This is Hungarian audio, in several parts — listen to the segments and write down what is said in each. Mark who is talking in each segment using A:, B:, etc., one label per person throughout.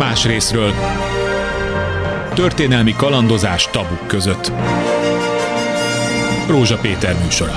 A: Más részről. Történelmi kalandozás tabuk között. Rózsa Péter műsora.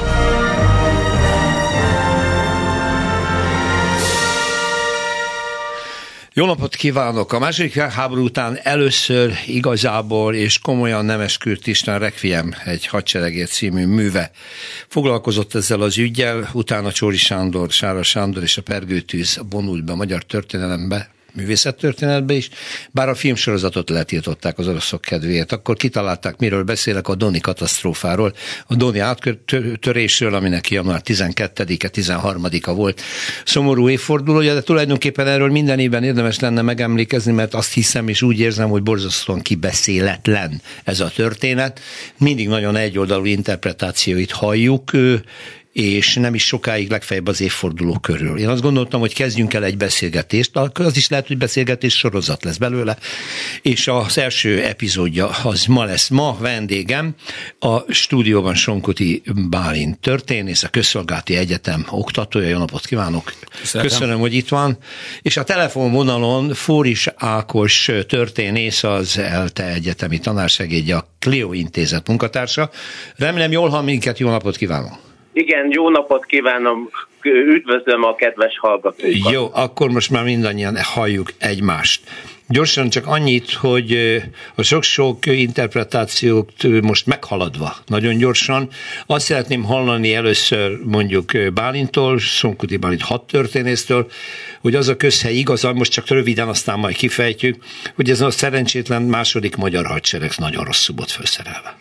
B: Jó napot kívánok! A második világháború után először igazából és komolyan Nemeskürt István Requiem, egy hadseregért című műve foglalkozott ezzel az üggyel, utána Csóri Sándor, Sáras Sándor és a Pergőtűz vonult be a magyar történelembe, művészettörténetbe is, bár a filmsorozatot letiltották az oroszok kedvéért. Akkor kitalálták, miről beszélek, a Doni katasztrófáról, a Doni áttörésről, aminek január 12-e, 13-a volt szomorú évfordulója, de tulajdonképpen erről minden évben érdemes lenne megemlékezni, mert azt hiszem és úgy érzem, hogy borzasztóan kibeszéletlen ez a történet. Mindig nagyon egyoldalú interpretációit halljuk, és nem is sokáig, legfeljebb az évforduló körül. Én azt gondoltam, hogy kezdjünk el egy beszélgetést, az is lehet, hogy beszélgetés sorozat lesz belőle, és az első epizódja az ma lesz. Ma vendégem a stúdióban Sonkuti Bálint történész, a Közszolgálati Egyetem oktatója. Jó napot kívánok! Köszönöm, hogy itt van. És a telefonvonalon Fóris Ákos történész, az ELTE egyetemi tanársegédje, a Clio Intézet munkatársa. Remélem jól hall minket, jó napot kívánok!
C: Igen, jó napot kívánom, üdvözlöm a kedves hallgatókat.
B: Jó, akkor most már mindannyian halljuk egymást. Gyorsan csak annyit, hogy a sok-sok interpretációt most meghaladva, nagyon gyorsan, azt szeretném hallani először mondjuk Bálintól, Sonkuti Bálint hadtörténésztől, hogy az a közhely igaz, most csak röviden, aztán majd kifejtjük, hogy ez a szerencsétlen második magyar hadsereg nagyon rosszul volt felszerelve.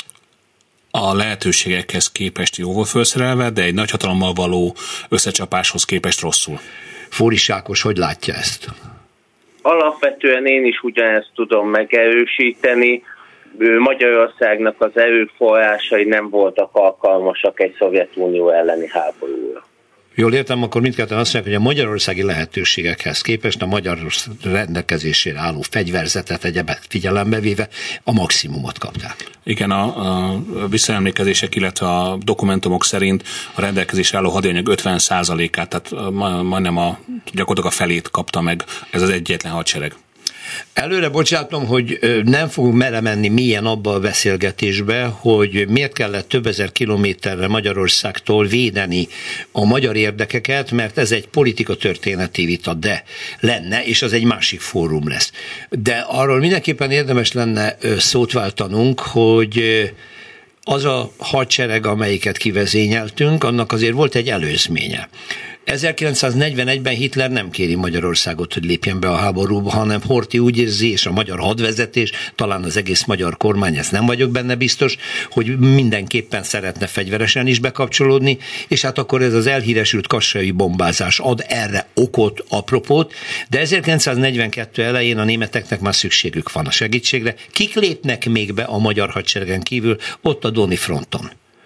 D: A lehetőségekhez képest jó volt felszerelve, de egy nagyhatalommal való összecsapáshoz képest rosszul.
B: Fóris Ákos, hogy látja ezt?
C: Alapvetően én is ugyanezt tudom megerősíteni. Magyarországnak az erőforrásai nem voltak alkalmasak egy Szovjetunió elleni háborúra.
B: Jól értem, akkor mindketten azt mondják, hogy a magyarországi lehetőségekhez képest a magyar rendelkezésére álló fegyverzetet, egyebet figyelembe véve a maximumot kapták.
D: Igen, a visszaemlékezések, illetve a dokumentumok szerint a rendelkezésre álló hadanyag 50%-át, tehát majdnem gyakorlatilag a felét kapta meg ez az egyetlen hadsereg.
B: Előre bocsátom, hogy nem fogunk menni mélyen abba a beszélgetésbe, hogy miért kellett több ezer kilométerre Magyarországtól védeni a magyar érdekeket, mert ez egy politika-történeti vita, de lenne, és az egy másik fórum lesz. De arról mindenképpen érdemes lenne szót váltanunk, hogy az a hadsereg, amelyiket kivezényeltünk, annak azért volt egy előzménye. 1941-ben Hitler nem kéri Magyarországot, hogy lépjen be a háborúba, hanem Horthy úgy érzi, és a magyar hadvezetés, talán az egész magyar kormány, ezt nem vagyok benne biztos, hogy mindenképpen szeretne fegyveresen is bekapcsolódni, és hát akkor ez az elhíresült kassai bombázás ad erre okot, apropót, de 1942 elején a németeknek már szükségük van a segítségre. Kik lépnek még be a magyar hadseregen kívül ott a Doni fronton?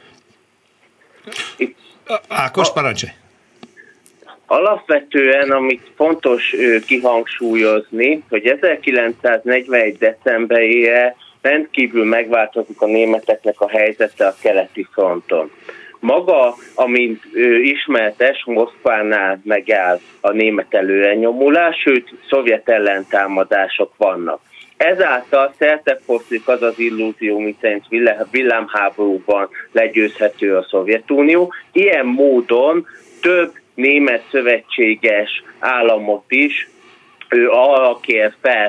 B: Ákos, parancsolj!
C: Alapvetően, amit fontos kihangsúlyozni, hogy 1941. decemberére rendkívül megváltozik a németeknek a helyzete a keleti fronton. Maga, amint ismertes, Moszkvánál megáll a német előrenyomulás, sőt, szovjet ellentámadások vannak. Ezáltal szertefoszlik az az illúzió, miszerint villámháborúban legyőzhető a Szovjetunió. Ilyen módon több német szövetséges államot is arra kér fel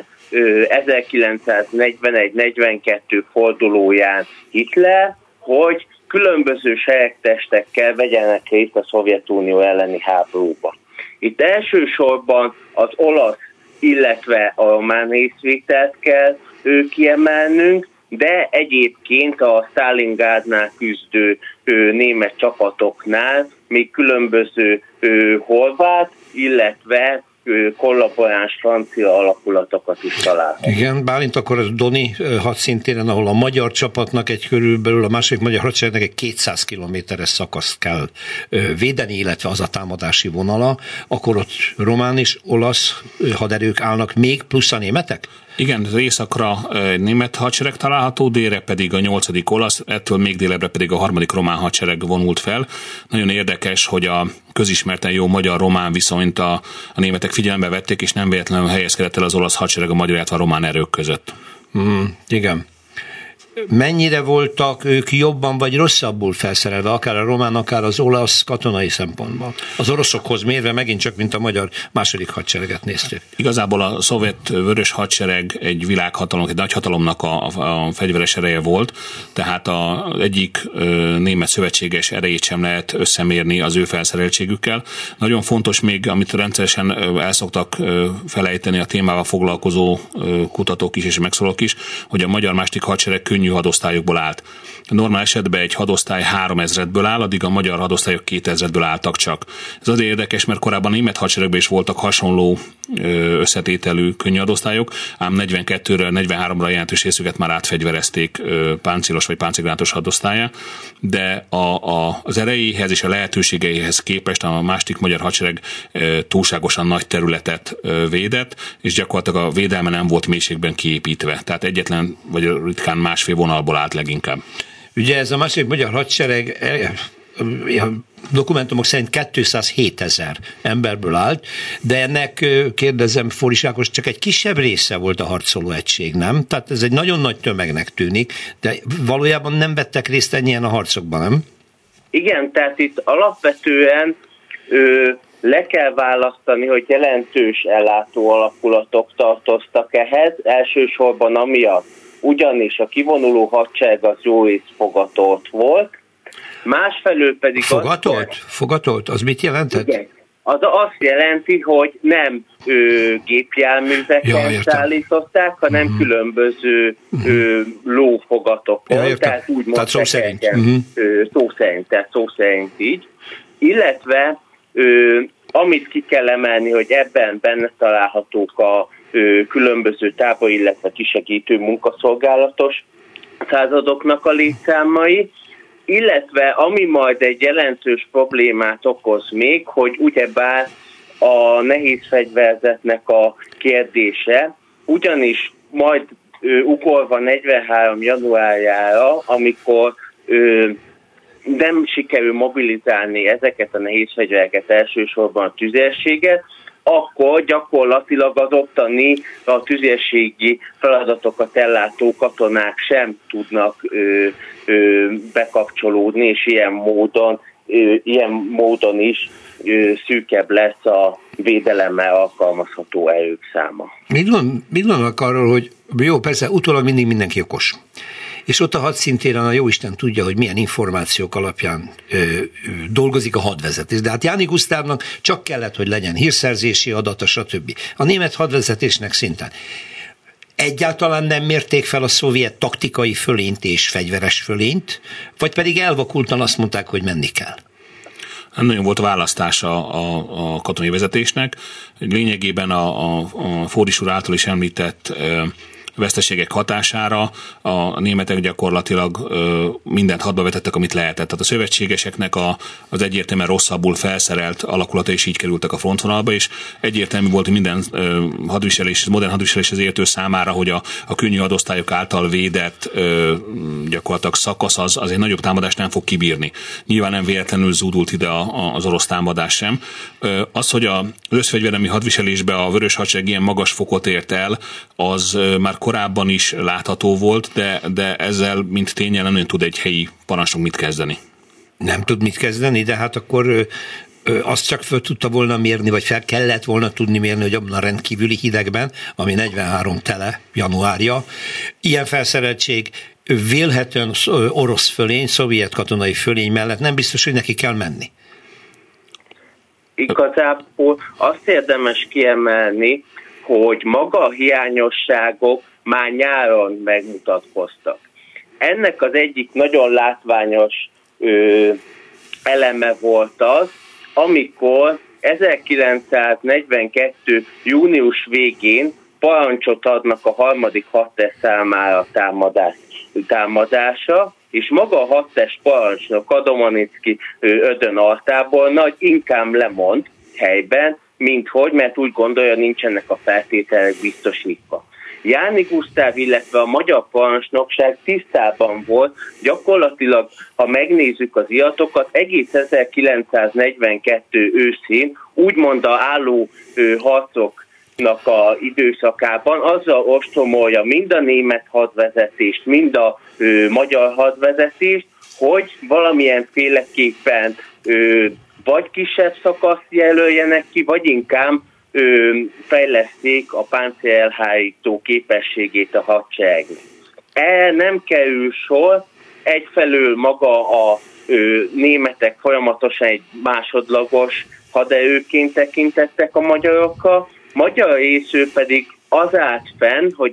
C: 1941-42 fordulóján Hitler, hogy különböző seregtestekkel vegyenek részt a Szovjetunió elleni háborúba. Itt elsősorban az olasz, illetve a román részvételt kell kiemelnünk, de egyébként a Stalingrádnál küzdő német csapatoknál még különböző horvát, illetve kollaboráns francia alakulatokat is találhatunk.
B: Igen, Bálint, akkor a Doni hadszintéren, ahol a magyar csapatnak körülbelül a második magyar hadseregnek egy 200 kilométeres szakaszt kell védeni, illetve az a támadási vonala, akkor ott román és olasz haderők állnak még, plusz a németek?
D: Igen, az északra német hadsereg található, délre pedig a 8. olasz, ettől még délebbre pedig a 3. román hadsereg vonult fel. Nagyon érdekes, hogy a közismerten jó magyar-román viszonyt a németek figyelembe vették, és nem véletlenül helyezkedett el az olasz hadsereg a magyar, illetve a román erők között.
B: Igen. Mennyire voltak ők jobban vagy rosszabbul felszerelve, akár a román, akár az olasz katonai szempontból? Az oroszokhoz mérve megint csak, mint a magyar második hadsereget néztük.
D: Igazából a szovjet vörös hadsereg egy világhatalom, egy nagyhatalomnak a fegyveres ereje volt, tehát az egyik német szövetséges erejét sem lehet összemérni az ő felszereltségükkel. Nagyon fontos még, amit rendszeresen el szoktak felejteni a témával foglalkozó kutatók is és megszólalók is, hogy a magyar második hadsereg könnyű hadosztályokból állt. Normál esetben egy hadosztály 3000-ből áll, addig a magyar hadosztályok 2000-ből álltak csak. Ez azért érdekes, mert korábban a német hadseregben is voltak hasonló összetételű könnyű hadosztályok, ám 42-ről, 43-ra jelentős részüket már átfegyverezték páncélos vagy páncélgránátos hadosztályá, de az erejéhez és a lehetőségeihez képest a második magyar hadsereg túlságosan nagy területet védett, és gyakorlatilag a védelme nem volt mélységben kiépítve. Tehát egyetlen vagy ritkán másfél vonalból állt leginkább.
B: Ugye ez a második magyar hadsereg dokumentumok szerint 207 000 emberből állt, de ennek, kérdezem Fóris Ákos, csak egy kisebb része volt a harcoló egység, nem? Tehát ez egy nagyon nagy tömegnek tűnik, de valójában nem vettek részt ennyien a harcokban, nem?
C: Igen, tehát itt alapvetően le kell választani, hogy jelentős ellátó alakulatok tartoztak ehhez, elsősorban amiatt, ugyanis a kivonuló hadsereg az jó és fogatolt volt, másfelől pedig...
B: Fogatolt? Az mit jelentett?
C: Igen. Az azt jelenti, hogy nem gépjárműveken szállították, hanem különböző lófogatokon, tehát úgy
B: tehát szó szerint.
C: Szó szerint így. Illetve amit ki kell emelni, hogy ebben benne találhatók a különböző tábor, illetve kisegítő munkaszolgálatos századoknak a létszámai, illetve ami majd egy jelentős problémát okoz még, hogy ugyebár a nehéz fegyverzetnek a kérdése, ugyanis majd ugorva 43. januárjára, amikor nem sikerül mobilizálni ezeket a nehéz fegyvereket, elsősorban a tüzérséget, akkor gyakorlatilag az ottani a tüzérségi feladatokat ellátó katonák sem tudnak bekapcsolódni, és ilyen módon is szűkebb lesz a védelemmel alkalmazható erők száma.
B: Mit gondolnak arról, hogy jó, persze utólag mindig mindenki okos. És ott a hadszintéren a jóisten tudja, hogy milyen információk alapján dolgozik a hadvezetés. De hát Jáni Gusztávnak csak kellett, hogy legyen hírszerzési adata, stb. A német hadvezetésnek szinten. Egyáltalán nem mérték fel a szovjet taktikai fölényt és fegyveres fölényt, vagy pedig elvakultan azt mondták, hogy menni kell?
D: Nem nagyon volt választás a katonai vezetésnek. Lényegében a Fóris úr által is említett veszteségek hatására a németek gyakorlatilag mindent hadba vetettek, amit lehetett. Tehát a szövetségeseknek az egyértelműen rosszabbul felszerelt alakulata is így kerültek a frontvonalba, és egyértelmű volt, hogy minden modern hadviseléshez értő számára, hogy a könnyű hadosztályok által védett gyakorlatilag szakasz az egy nagyobb támadást nem fog kibírni. Nyilván nem véletlenül zúdult ide az orosz támadás sem. Az, hogy az összfegyveremi hadviselésbe a vörös hadsereg ilyen magas fokot ért el, az már korábban is látható volt, de ezzel, mint tényel nem tud egy helyi parancsnok mit kezdeni.
B: Nem tud mit kezdeni, de hát akkor azt csak föl tudta volna mérni, vagy fel kellett volna tudni mérni, hogy abban a rendkívüli hidegben, ami 43 tele januárja, ilyen felszereltség vélhetően orosz fölény, szovjet katonai fölény mellett nem biztos, hogy neki kell menni.
C: Igazából azt érdemes kiemelni, hogy maga a hiányosságok már nyáron megmutatkoztak. Ennek az egyik nagyon látványos eleme volt az, amikor 1942. június végén parancsot adnak a 3. hadtest számára támadása, és maga a hadtest parancsnok, a Domanicki Ödön altábornagy inkább lemond helyben, mert úgy gondolja, nincsenek a feltételek biztosítva. Jáni Gusztáv, illetve a magyar parancsnokság tisztában volt, gyakorlatilag, ha megnézzük az iratokat, egész 1942 őszén, úgymond a álló harcoknak a időszakában azzal ostromolja mind a német hadvezetést, mind a magyar hadvezetést, hogy valamilyen féleképpen vagy kisebb szakaszt jelöljenek ki, vagy inkább fejleszték a páncélelhárító képességét a hadseregnek. Erre nem kerül sor, egyfelől maga a németek folyamatosan egy másodlagos haderőként tekintettek a magyarokra, magyar részről pedig az állt fenn, hogy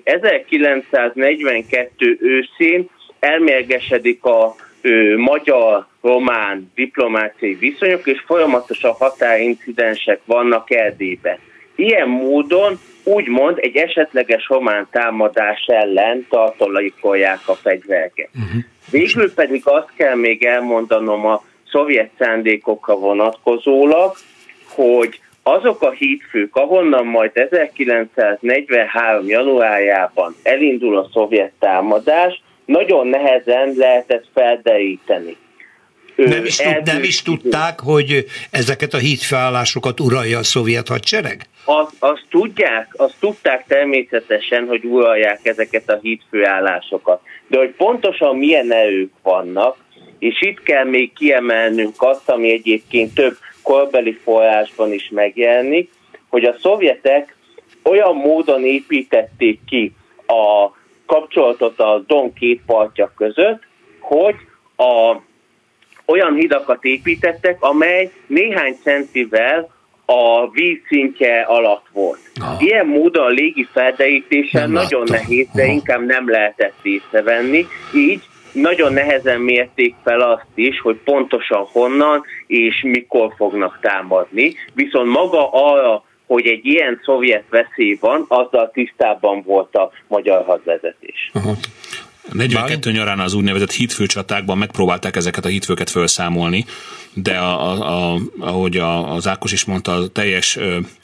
C: 1942 őszén elmérgesedik a magyar-román diplomáciai viszonyok, és folyamatosan határincidensek vannak Erdélyben. Ilyen módon úgymond egy esetleges román támadás ellen tartalékolják a fegyvereket. Végül pedig azt kell még elmondanom a szovjet szándékokra vonatkozólag, hogy azok a hídfők, ahonnan majd 1943. januárjában elindul a szovjet támadás, nagyon nehezen lehetett felderíteni.
E: Nem is tudták, hogy ezeket a hídfőállásokat uralja a szovjet hadsereg?
C: Azt tudták természetesen, hogy uralják ezeket a hídfőállásokat. De hogy pontosan milyen erők vannak, és itt kell még kiemelnünk azt, ami egyébként több korbeli forrásban is megjelenik, hogy a szovjetek olyan módon építették ki a kapcsolatot a Don két partja között, hogy olyan hidakat építettek, amely néhány centivel a víz szintje alatt volt. Ilyen módon a légi felderítésen nagyon nehéz, de inkább nem lehetett észrevenni, így nagyon nehezen mérték fel azt is, hogy pontosan honnan és mikor fognak támadni, viszont maga arra, hogy egy ilyen szovjet veszély van, azzal tisztában volt a magyar hadvezetés.
D: 42 nyarán az úgynevezett hídfőcsatákban megpróbálták ezeket a hídfőket felszámolni, de ahogy az Ákos is mondta, a teljes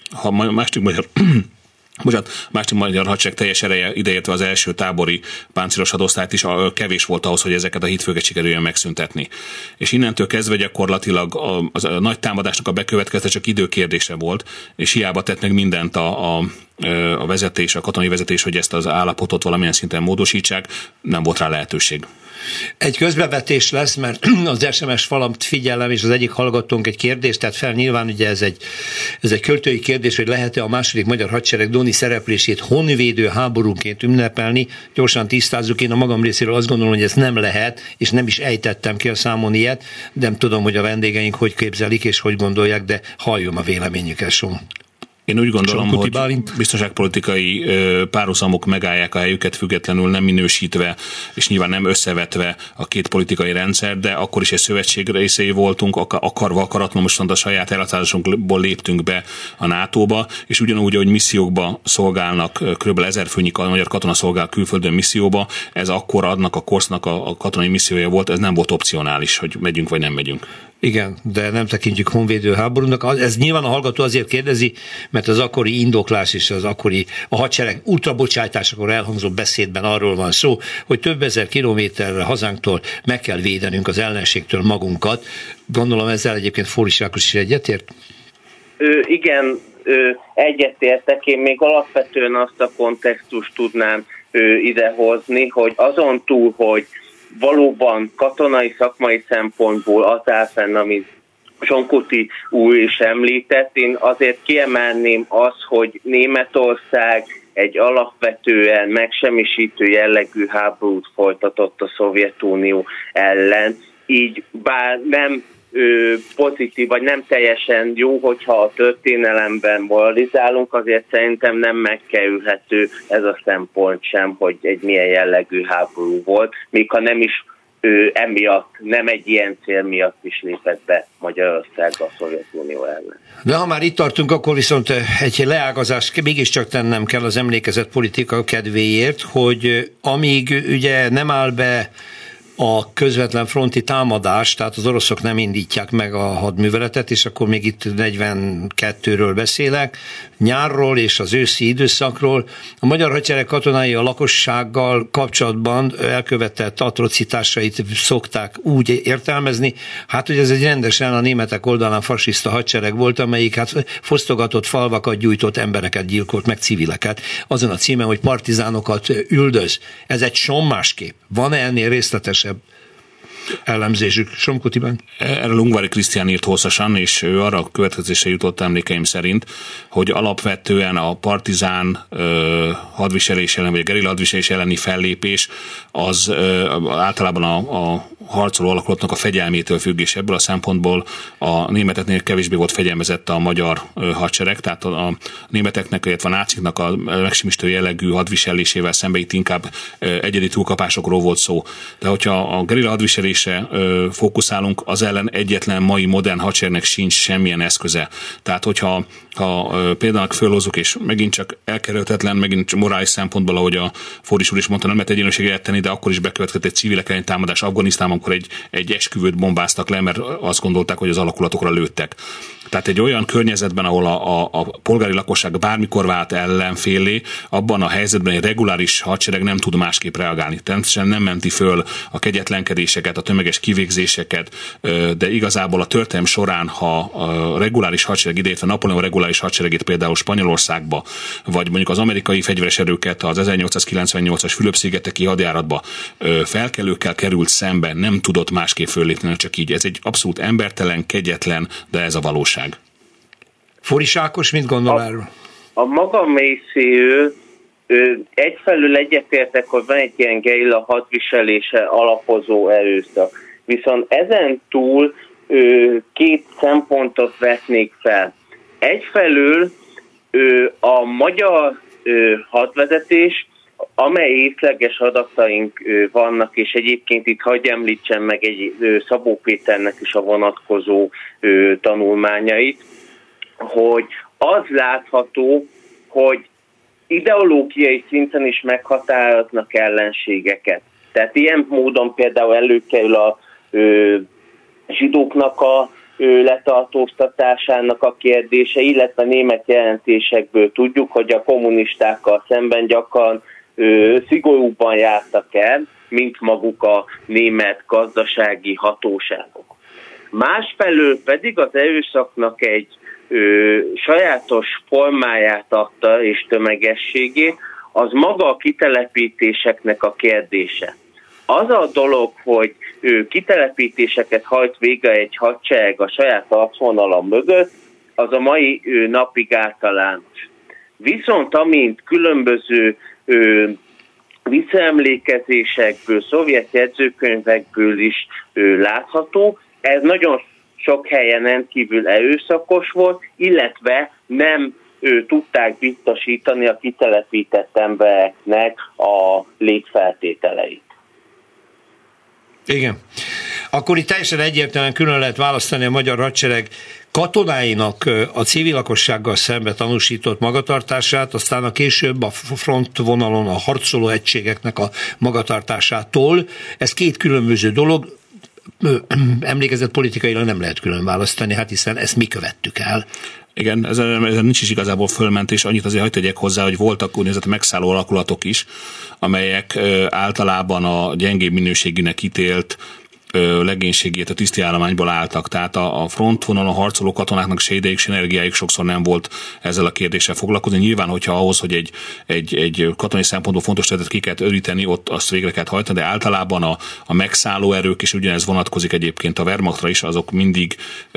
D: másik magyar hadsereg teljes ereje, ideértve az első tábori páncélos hadosztályt is kevés volt ahhoz, hogy ezeket a hídfőket sikerüljön megszüntetni. És innentől kezdve gyakorlatilag a nagy támadásnak a bekövetkezte csak időkérdése volt, és hiába tett meg mindent a vezetés, a katonai vezetés, hogy ezt az állapotot valamilyen szinten módosítsák, nem volt rá lehetőség.
E: Egy közbevetés lesz, mert az SMS falat figyelem, és az egyik hallgatónk egy kérdést tett fel, nyilván ugye ez egy költői kérdés, hogy lehet-e a második magyar hadsereg Doni szereplését honvédő háborúnként ünnepelni. Gyorsan tisztázzuk, én a magam részéről azt gondolom, hogy ez nem lehet, és nem is ejtettem ki a számon ilyet, de nem tudom, hogy a vendégeink hogy képzelik és hogy gondolják, de halljam a véleményüket, Som.
D: Én úgy gondolom, hogy biztonságpolitikai párhuzamok megállják a helyüket, függetlenül nem minősítve, és nyilván nem összevetve a két politikai rendszer, de akkor is egy szövetség részei voltunk, akarva akaratlanul, most a saját elhatározásunkból léptünk be a NATO-ba, és ugyanúgy, hogy missziókba szolgálnak, kb. 1000 főnyi magyar katona szolgál külföldön misszióba, ez akkor adnak a korsznak a katonai missziója volt, ez nem volt opcionális, hogy megyünk vagy nem megyünk.
E: Igen, de nem tekintjük honvédő háborúnak. Ez nyilván a hallgató azért kérdezi, mert az akkori indoklás és a hadsereg ultrabocsátásakor elhangzott beszédben arról van szó, hogy több ezer kilométerre hazánktól meg kell védenünk az ellenségtől magunkat. Gondolom ezzel egyébként Fóris Ákos is egyetért?
C: Igen, egyetértek. Én még alapvetően azt a kontextust tudnám idehozni, hogy azon túl, hogy valóban katonai, szakmai szempontból az áll fenn, amit Sonkuti úr is említett, én azért kiemelném azt, hogy Németország egy alapvetően megsemmisítő jellegű háborút folytatott a Szovjetunió ellen, így bár nem pozitív, vagy nem teljesen jó, hogyha a történelemben moralizálunk, azért szerintem nem megkerülhető ez a szempont sem, hogy egy milyen jellegű háború volt, még ha nem is emiatt, nem egy ilyen cél miatt is lépett be Magyarország a Szovjetunió ellen.
E: De ha már itt tartunk, akkor viszont egy leágazást mégiscsak tennem kell az emlékezett politika kedvéért, hogy amíg ugye nem áll be a közvetlen fronti támadás, tehát az oroszok nem indítják meg a hadműveletet, és akkor még itt 42-ről beszélek, nyárról és az őszi időszakról. A magyar hadsereg katonái a lakossággal kapcsolatban elkövetett atrocitásait szokták úgy értelmezni, hát hogy ez egy rendesen a németek oldalán fasiszta hadsereg volt, amelyik hát fosztogatott falvakat gyújtott, embereket gyilkolt, meg civileket. Azon a címen, hogy partizánokat üldöz. Ez egy sommásképp. Van-e ennél részletesebb elemzésük? Somkutiban?
D: Erről Ungvári Krisztián írt hosszasan, és ő arra a következésre jutott emlékeim szerint, hogy alapvetően a partizán hadviselés ellen, vagy a gerilla hadviselés elleni fellépés az általában a harcoló alakulatnak a fegyelmétől függ, és ebből a szempontból a németeknél kevésbé volt fegyelmezett a magyar hadsereg, tehát a németeknek, illetve a náciknak a megsemmisítő jellegű hadviselésével szemben itt inkább egyedi túlkapásokról volt szó. De hogyha a gerilla hadviselésre fókuszálunk, az ellen egyetlen mai modern hadseregnek sincs semmilyen eszköze. Tehát hogyha például fölhozzuk, és megint csak elkerülhetetlen, megint morális szempontból, ahogy a Fóris úr is mondta, nem lehet egyenlőséget tenni, de akkor is bekövetkezett egy civilek elleni támadás Afganisztánban, amikor egy esküvőt bombáztak le, mert azt gondolták, hogy az alakulatokra lőttek. Tehát egy olyan környezetben, ahol a polgári lakosság bármikor vált ellenfélé, abban a helyzetben egy reguláris hadsereg nem tud másképp reagálni. Természetesen nem menti föl a kegyetlenkedéseket, a tömeges kivégzéseket, de igazából a történelem során, ha a reguláris hadsereg idejét, a Napóleon reguláris hadseregét például Spanyolországba, vagy mondjuk az amerikai fegyveres erőket az 1898-as Fülöp-szigeteki hadjáratba felkelőkkel került szemben, nem tudott másképp föllépni, csak így. Ez egy abszolút embertelen, kegyetlen, de ez a valóság.
E: Fóris Ákos, mit gondol erről?
C: A magam részéről egyfelől egyetértek, hogy van egy ilyen gerilla hadviselése alapozó erőszak. Viszont ezen túl két szempontot vetnék fel. Egyfelől a magyar hadvezetés, amely észleges adataink vannak, és egyébként itt hagyj említsem meg egy Szabó Péternek is a vonatkozó tanulmányait, hogy az látható, hogy ideológiai szinten is meghatároznak ellenségeket. Tehát ilyen módon például előkerül a zsidóknak a letartóztatásának a kérdése, illetve német jelentésekből tudjuk, hogy a kommunistákkal szemben gyakran szigorúbban jártak el, mint maguk a német gazdasági hatóságok. Másfelől pedig az erőszaknak egy sajátos formáját adta és tömegességét, az maga a kitelepítéseknek a kérdése. Az a dolog, hogy kitelepítéseket hajt végre egy hadsereg a saját arcvonala mögött, az a mai napig általános. Viszont amint különböző visszaemlékezésekből, szovjet jegyzőkönyvekből is látható, ez nagyon sok helyen rendkívül erőszakos volt, illetve nem tudták biztosítani a kitelepített embereknek a létfeltételeit.
E: Igen. Akkor itt teljesen egyértelműen külön lehet választani a magyar hadsereg katonáinak a civil lakossággal szembe tanúsított magatartását, aztán a később a frontvonalon a harcoló egységeknek a magatartásától. Ez két különböző dolog, emlékezett politikailag nem lehet külön választani, hát hiszen ezt mi követtük el.
D: Igen, ezen nincs is igazából fölmentés, annyit azért hadd tegyek hozzá, hogy voltak úgynevezett megszálló alakulatok is, amelyek általában a gyengébb minőségűnek ítélt legénységét a tiszti állományból álltak. Tehát a frontvonalon harcoló katonáknak se idejük, se energiájuk sokszor nem volt ezzel a kérdéssel foglalkozni. Nyilván, hogyha ahhoz, hogy egy katonai szempontból fontos területet ki kellett öríteni, ott azt végre kellett hajtani, de általában a megszálló erők, és ugyanez vonatkozik egyébként a Wehrmachtra is, azok mindig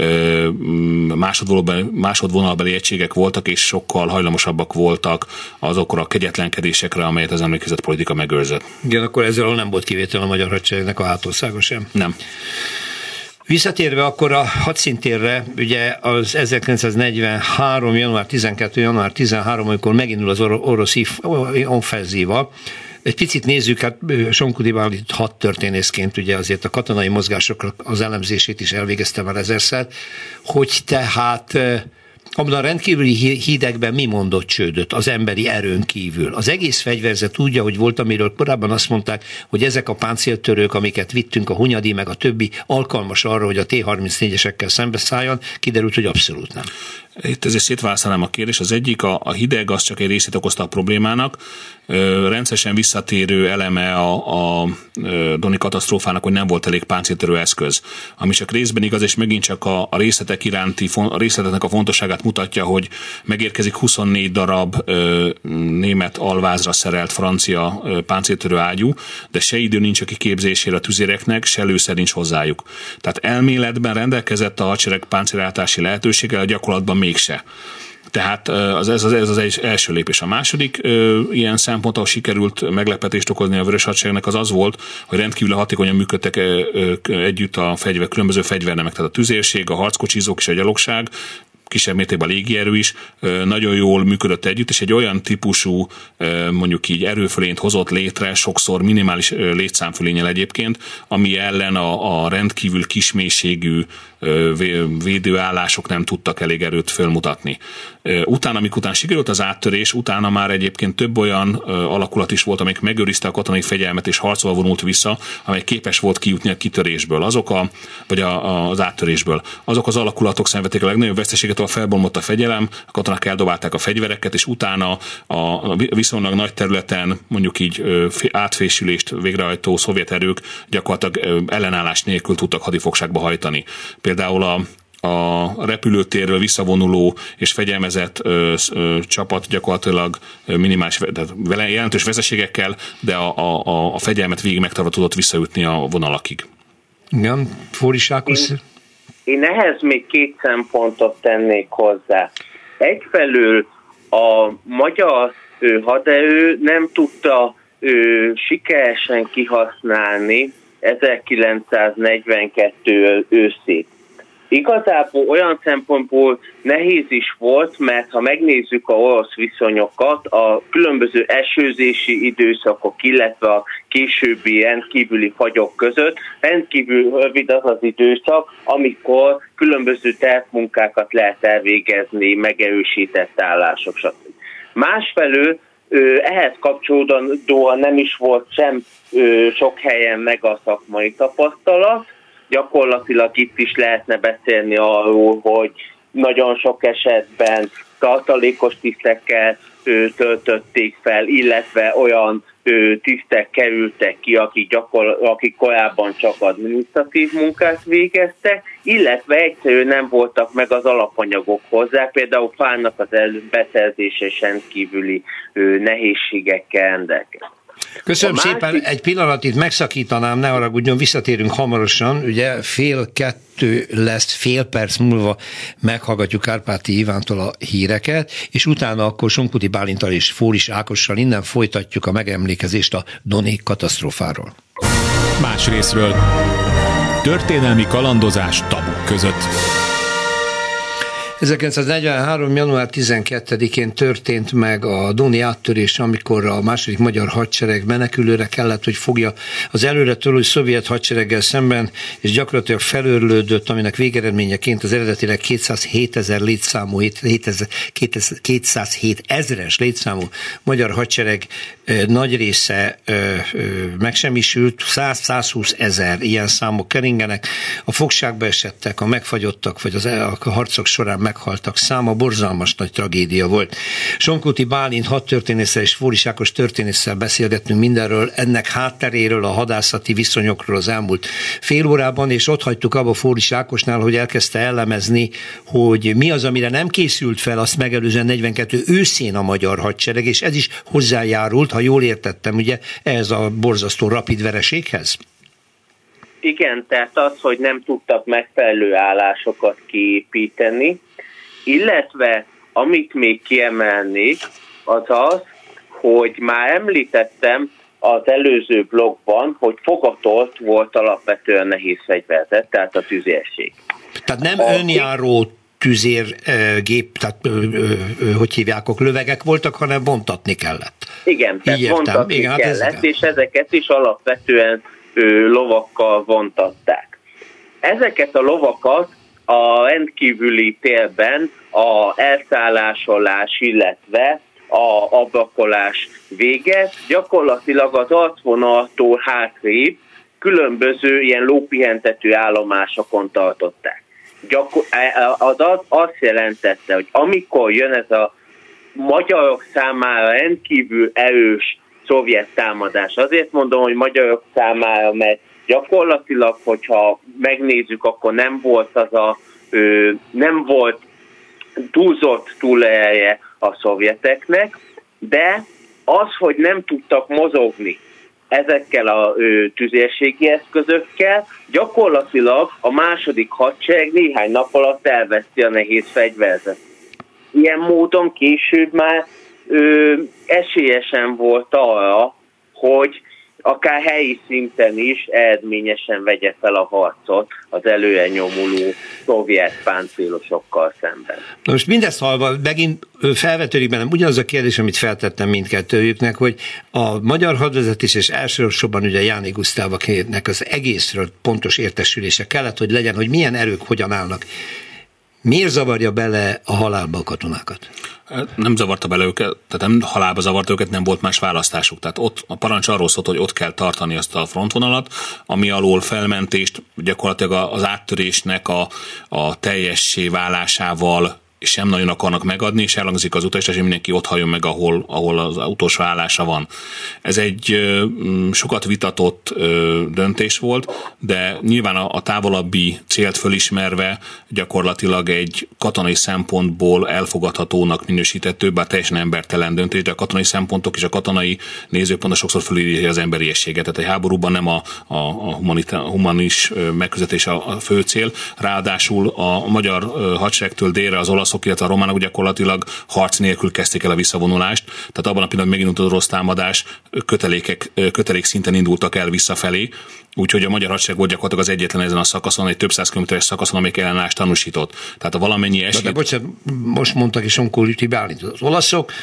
D: másodvonalbeli egységek voltak, és sokkal hajlamosabbak voltak azokra a kegyetlenkedésekre, amelyet az emlékezett politika megőrzött.
E: Igen, akkor ezzel nem volt kivétel a magyar hadseregnek a hátországa sem.
D: Nem.
E: Visszatérve akkor a hadszíntérre, ugye az 1943. január 12. január 13. amikor megindul az orosz offenzíva, egy picit nézzük, hát Somkudiban itt hadtörténészként ugye azért a katonai mozgások az elemzését is elvégeztem el ezerszer, hogy tehát Abban a rendkívüli hidegben mi mondott csődöt az emberi erőn kívül? Az egész fegyverzet úgy, ahogy volt, amiről korábban azt mondták, hogy ezek a páncéltörők, amiket vittünk, a Hunyadi meg a többi, alkalmas arra, hogy a T-34-esekkel szembeszálljon, kiderült, hogy abszolút nem.
D: Itt ezért szétválasztanám a kérdést. Az egyik, a hideg az csak egy részét okozta a problémának. Rendszeresen visszatérő eleme a Doni katasztrófának, hogy nem volt elég páncéltörő eszköz. Ami csak részben igaz, és megint csak a részletek iránti, a részleteknek a fontosságát mutatja, hogy megérkezik 24 darab német alvázra szerelt francia páncéltörő ágyú, de se idő nincs a kiképzésére a tüzéreknek, se lőszer nincs hozzájuk. Tehát elméletben rendelkezett a hadsereg páncélállítási lehetőséggel, a gyakorlatban mégse. Tehát ez az első lépés. A második ilyen szempont, ahol sikerült meglepetést okozni a Vörös Hadseregnek, az volt, hogy rendkívül hatékonyan működtek együtt a különböző fegyvernemek, tehát a tüzérség, a harckocsizók és a gyalogság, kisebb mértékben a légierő is nagyon jól működött együtt, és egy olyan típusú, mondjuk így erőfölényt hozott létre, sokszor minimális létszámfölénnyel egyébként, ami ellen a rendkívül kismélységű védőállások nem tudtak elég erőt fölmutatni. Utána, amikor sikerült az áttörés, utána már egyébként több olyan alakulat is volt, amelyik megőrizte a katonai fegyelmet és harcolva vonult vissza, amely képes volt kijutni a kitörésből, vagy az áttörésből. Azok az alakulatok szenvedték a legnagyobb veszteséget, ahol felbomlott a fegyelem, a katonák eldobálták a fegyvereket, és utána a viszonylag nagy területen, mondjuk így átfésülést végrehajtó szovjet erők gyakorlatilag ellenállás nélkül tudtak hadifogságba hajtani. Például a repülőtérről visszavonuló és fegyelmezett csapat gyakorlatilag minimális, jelentős veszteségekkel, de a fegyelmet végig megtartva tudott visszaütni a vonalakig.
E: Igen, Fóris Ákos.
C: Én ehhez még két szempontot tennék hozzá. Egyfelől a magyar haderő nem tudta sikeresen kihasználni 1942 őszét. Igazából olyan szempontból nehéz is volt, mert ha megnézzük a orosz viszonyokat, a különböző esőzési időszakok, illetve a későbbi rendkívüli fagyok között rendkívül rövid az az időszak, amikor különböző tervmunkákat lehet elvégezni, megerősített állások, stb. Másfelől ehhez kapcsolódóan nem is volt sem sok helyen meg a szakmai tapasztalat. Gyakorlatilag itt is lehetne beszélni arról, hogy nagyon sok esetben tartalékos tisztekkel töltötték fel, illetve olyan tisztek kerültek ki, akik korábban csak adminisztratív munkát végeztek, illetve egyszerűen nem voltak meg az alapanyagok hozzá, például fának az beszerzése és rendkívüli nehézségekkel rendelkezik.
E: Köszönöm szépen, egy pillanatig megszakítanám, ne haragudjon, visszatérünk hamarosan, ugye 1:30 lesz, fél perc múlva meghallgatjuk Kárpáti Ivántól a híreket, és utána akkor Sonkuti Bálinttal és Fóris Ákossal innen folytatjuk a megemlékezést a Doni katasztrófáról.
A: Más részről történelmi kalandozás tabuk között.
E: 1943. január 12-én történt meg a Doni áttörés, amikor a második magyar hadsereg menekülőre kellett, hogy fogja az előre törő szovjet hadsereggel szemben, és gyakorlatilag felőrlődött, aminek végeredményeként az eredetileg 207 ezres létszámú magyar hadsereg nagy része megsemmisült, 100-120 ezer ilyen számok keringenek, a fogságba esettek, a megfagyottak, vagy a harcok során meghaltak száma, borzalmas nagy tragédia volt. Sonkuti Bálint hadtörténésszel és Fóris Ákos történésszel beszélgettünk mindenről, ennek hátteréről, a hadászati viszonyokról az elmúlt fél órában, és ott hagytuk abba Fóris Ákosnál, hogy elkezdte elemezni, hogy mi az, amire nem készült fel azt megelőzően 42 őszén a magyar hadsereg, és ez is hozzájárult, ha jól értettem, ugye, ehhez a borzasztó rapid vereséghez?
C: Igen, tehát az, hogy nem tudtak megfelelő állásokat kiépíteni, illetve amit még kiemelnék, az az, hogy már említettem az előző blogban, hogy fogatolt volt alapvetően nehéz fegyverzet, tehát a tüzérség.
E: Tehát nem önjáró tüzérgép, tehát hogy hívják, lövegek voltak, hanem vontatni kellett.
C: Igen, tehát vontatni kellett, és ezeket is alapvetően lovakkal vontatták. Ezeket a lovakat a rendkívüli térben a elszállásolás, illetve a ablakolás véget, gyakorlatilag az arcvonaltól hátrébb különböző ilyen lópihentető állomásokon tartották. Az azt jelentette, hogy amikor jön ez a magyarok számára rendkívül erős szovjet támadás, azért mondom, hogy magyarok számára, mert gyakorlatilag, hogyha megnézzük, akkor nem volt túlzott túlereje a szovjeteknek, de az, hogy nem tudtak mozogni ezekkel a tüzérségi eszközökkel, gyakorlatilag a második hadsereg néhány nap alatt elveszti a nehéz fegyverzet. Ilyen módon később már esélyesen volt arra, hogy akár helyi szinten is eredményesen vegye fel a harcot az előre nyomuló szovjet páncélosokkal szemben.
E: Na most mindezt hallva megint felvetődik bennem ugyanaz a kérdés, amit feltettem mindkettőjüknek, hogy a magyar hadvezetés és elsősorban ugye Jáné Gusztáv, akinek az egészről pontos értesülése kellett, hogy legyen, hogy milyen erők hogyan állnak. Miért zavarja bele a halálba a katonákat?
D: Nem zavarta bele őket, tehát nem halálba zavarta őket, nem volt más választásuk. Tehát ott a parancs arról szólt, hogy ott kell tartani azt a frontvonalat, ami alól felmentést gyakorlatilag az áttörésnek a teljessé válásával sem nagyon akarnak megadni, és elhangzik az utasítás, hogy mindenki ott halljon meg, ahol az utolsó állása van. Ez egy sokat vitatott döntés volt, de nyilván a távolabbi célt fölismerve gyakorlatilag egy katonai szempontból elfogadhatónak minősítettő, bár teljesen embertelen döntés, de a katonai szempontok és a katonai nézőpont sokszor fölírja az emberiességet. Tehát egy háborúban nem a humanis megközelítés a fő cél, ráadásul a magyar hadseregtől délre az olasz, illetve a románok gyakorlatilag harc nélkül kezdték el a visszavonulást, tehát abban a pillanatban megindult az orosz támadás, kötelék szinten indultak el visszafelé, úgyhogy a magyar hadsereg volt gyakorlatilag az egyetlen ezen a szakaszon, egy több száz kilométeres szakaszon, amelyik ellenállást tanúsított. Tehát a valamennyi esély...
E: De bocsánat, most mondtak is Onkulüti Bálint, az olaszok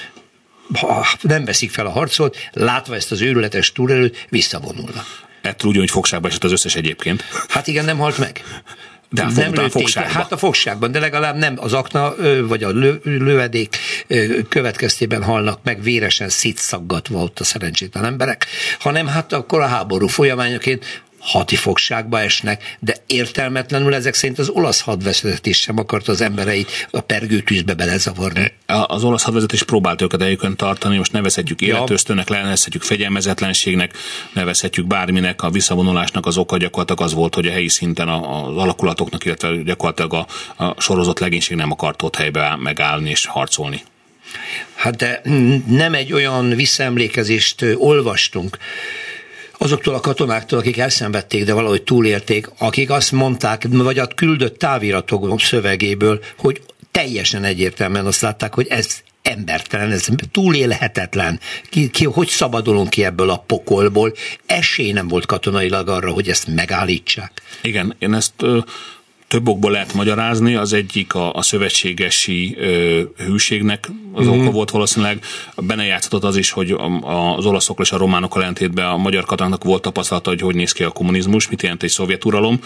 E: nem veszik fel a harcot, látva ezt az őrületes túlelőt, visszavonulnak.
D: Ettől ugyanúgy fogságba esett az összes egyébként.
E: Hát igen, nem halt meg.
D: De
E: nem lőtték, hát a fogságban, de legalább nem az akna vagy a lövedék következtében halnak meg véresen szétszaggatva ott a szerencsétlen emberek, hanem hát akkor a háború folyamányaként hati fogságba esnek, de értelmetlenül ezek szerint az olasz hadvezetés sem akart az embereit a pergőtűzbe belezavarni.
D: Az olasz hadvezetés próbált őket eljükön tartani, most nevezhetjük életösztönnek, nevezhetjük fegyelmezetlenségnek, nevezhetjük bárminek, a visszavonulásnak az oka gyakorlatilag az volt, hogy a helyi szinten az alakulatoknak, illetve gyakorlatilag a sorozott legénység nem akart ott helybe megállni és harcolni.
E: Hát de nem egy olyan visszaemlékezést olvastunk azoktól a katonáktól, akik elszenvedték, de valahogy túlélték, akik azt mondták, vagy a küldött táviratok szövegéből, hogy teljesen egyértelműen azt látták, hogy ez embertelen, ez túlélhetetlen. Hogy szabadulunk ki ebből a pokolból? Esély nem volt katonailag arra, hogy ezt megállítsák.
D: Igen, én ezt több okból lehet magyarázni, az egyik a szövetségesi hűségnek az oka volt valószínűleg. Benne játszott az is, hogy az olaszokkal és a románokkal ellentétben a magyar katonáknak volt tapasztalata, hogy néz ki a kommunizmus, mit jelent egy szovjet uralom,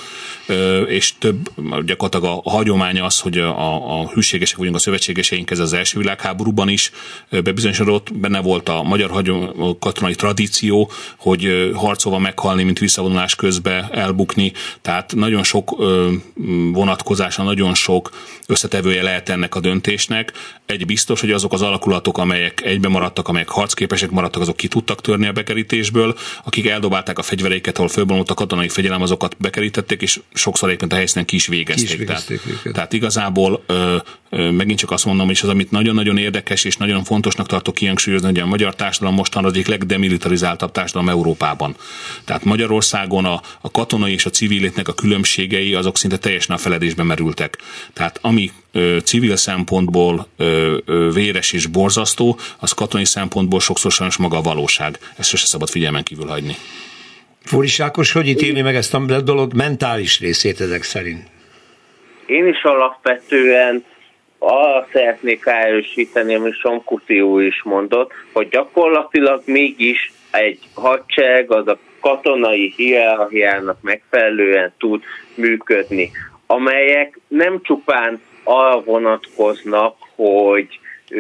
D: és több gyakorlatilag a hagyománya az, hogy a hűségesek vagyunk a szövetségeseink, ez az első világháborúban is bebizonyosodott, benne volt a magyar katonai tradíció, hogy harcolva meghalni, mint visszavonulás közben elbukni, tehát nagyon sok vonatkozása, nagyon sok összetevője lehet ennek a döntésnek. Egy biztos, hogy azok az alakulatok, amelyek egyben maradtak, amelyek harcképesek maradtak, azok ki tudtak törni a bekerítésből, akik eldobálták a fegyvereiket, ahol fölbomlott a katonai fegyelem, azokat bekerítették, és sokszor egyébként a helyszínen ki is végezték. Tehát igazából megint csak azt mondom, és az, amit nagyon-nagyon érdekes és nagyon fontosnak tartok kihangsúlyozni, hogy a magyar társadalom mostan az egyik legdemilitarizáltabb társadalom Európában. Tehát Magyarországon a katonai és a civil létnek a különbségei azok szinte teljesen a feledésbe merültek. Tehát ami civil szempontból véres és borzasztó, az katonai szempontból sokszor sajnos maga a valóság. Ezt sose szabad figyelmen kívül hagyni.
E: Fóris Ákos, hogy ítéli meg ezt a dolog mentális részét ezek szerint?
C: Én is alapvetően arra szeretnék ráerősíteni, amit Somkuti úr is mondott, hogy gyakorlatilag mégis egy hadsereg az a katonai hierarchiának megfelelően tud működni. amelyek nem csupán arra vonatkoznak, hogy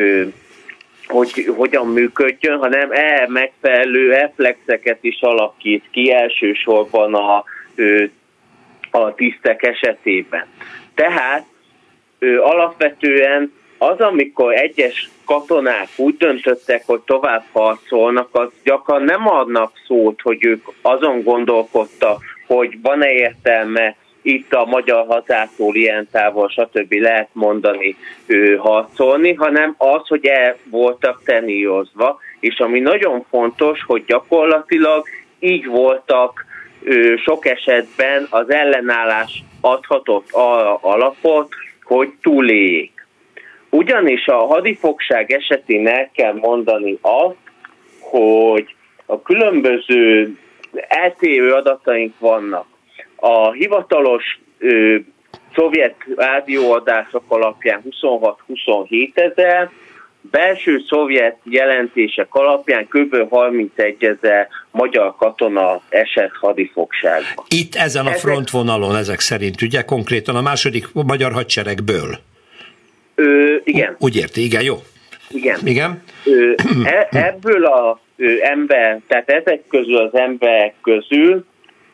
C: hogyan működjön, hanem megfelelő reflexeket is alakít ki elsősorban a tisztek esetében. Tehát alapvetően az, amikor egyes katonák úgy döntöttek, hogy tovább harcolnak, az gyakran nem adnak szót, hogy ők azon gondolkodtak, hogy van-e értelme itt a magyar határtól ilyen távol, stb. Lehet mondani harcolni, hanem az, hogy el voltak teníozva, és ami nagyon fontos, hogy gyakorlatilag így voltak sok esetben az ellenállás adhatott arra alapot, hogy túléljék. Ugyanis a hadifogság esetén el kell mondani azt, hogy a különböző eltérő adataink vannak. A hivatalos szovjet rádióadások alapján 26-27 ezer, belső szovjet jelentések alapján kb. 31 ezer magyar katona esett hadifogságba.
E: Itt ezen a frontvonalon ezek szerint, ugye, konkrétan a második magyar hadseregből.
C: Igen.
E: Úgy érti, igen, jó. Igen.
C: Ebből az ember, tehát ezek közül az emberek közül